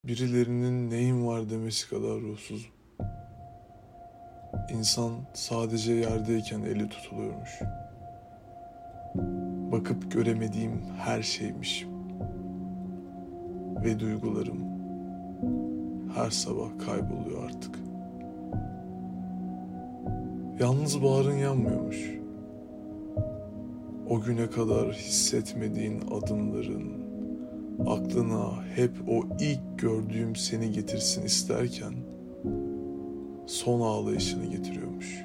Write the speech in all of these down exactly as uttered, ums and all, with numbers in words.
Birilerinin neyin var demesi kadar ruhsuzum. İnsan sadece yerdeyken eli tutuluyormuş. Bakıp göremediğim her şeymiş. Ve duygularım her sabah kayboluyor artık. Yalnız bağrın yanmıyormuş. O güne kadar hissetmediğin adımların aklına hep o ilk gördüğüm seni getirsin isterken son ağlayışını getiriyormuş.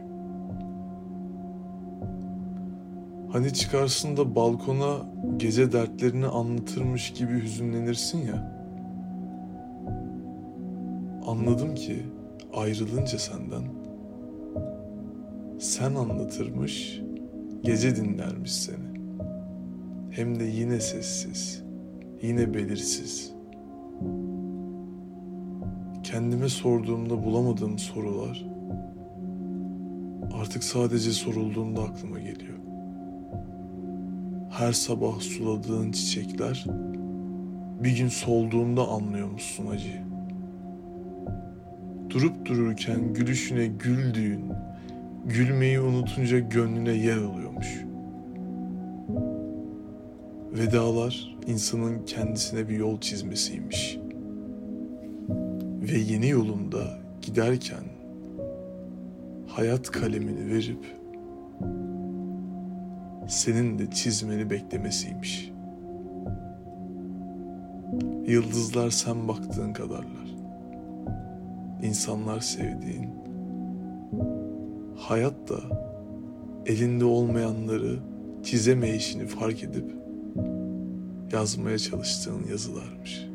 Hani çıkarsın da balkona gece dertlerini anlatırmış gibi hüzünlenirsin ya. Anladım ki ayrılınca senden sen anlatırmış, gece dinlermiş seni. Hem de yine sessiz, yine belirsiz. Kendime sorduğumda bulamadığım sorular artık sadece sorulduğunda aklıma geliyor. Her sabah suladığın çiçekler bir gün solduğunda anlıyormuşsun acıyı. Durup dururken gülüşüne güldüğün, gülmeyi unutunca gönlüne yer alıyormuş. Vedalar insanın kendisine bir yol çizmesiymiş. Ve yeni yolunda giderken hayat kalemini verip senin de çizmeni beklemesiymiş. Yıldızlar sen baktığın kadarlar. İnsanlar sevdiğin. Hayat da elinde olmayanları çizemeyişini fark edip yazmaya çalıştığın yazılarmış.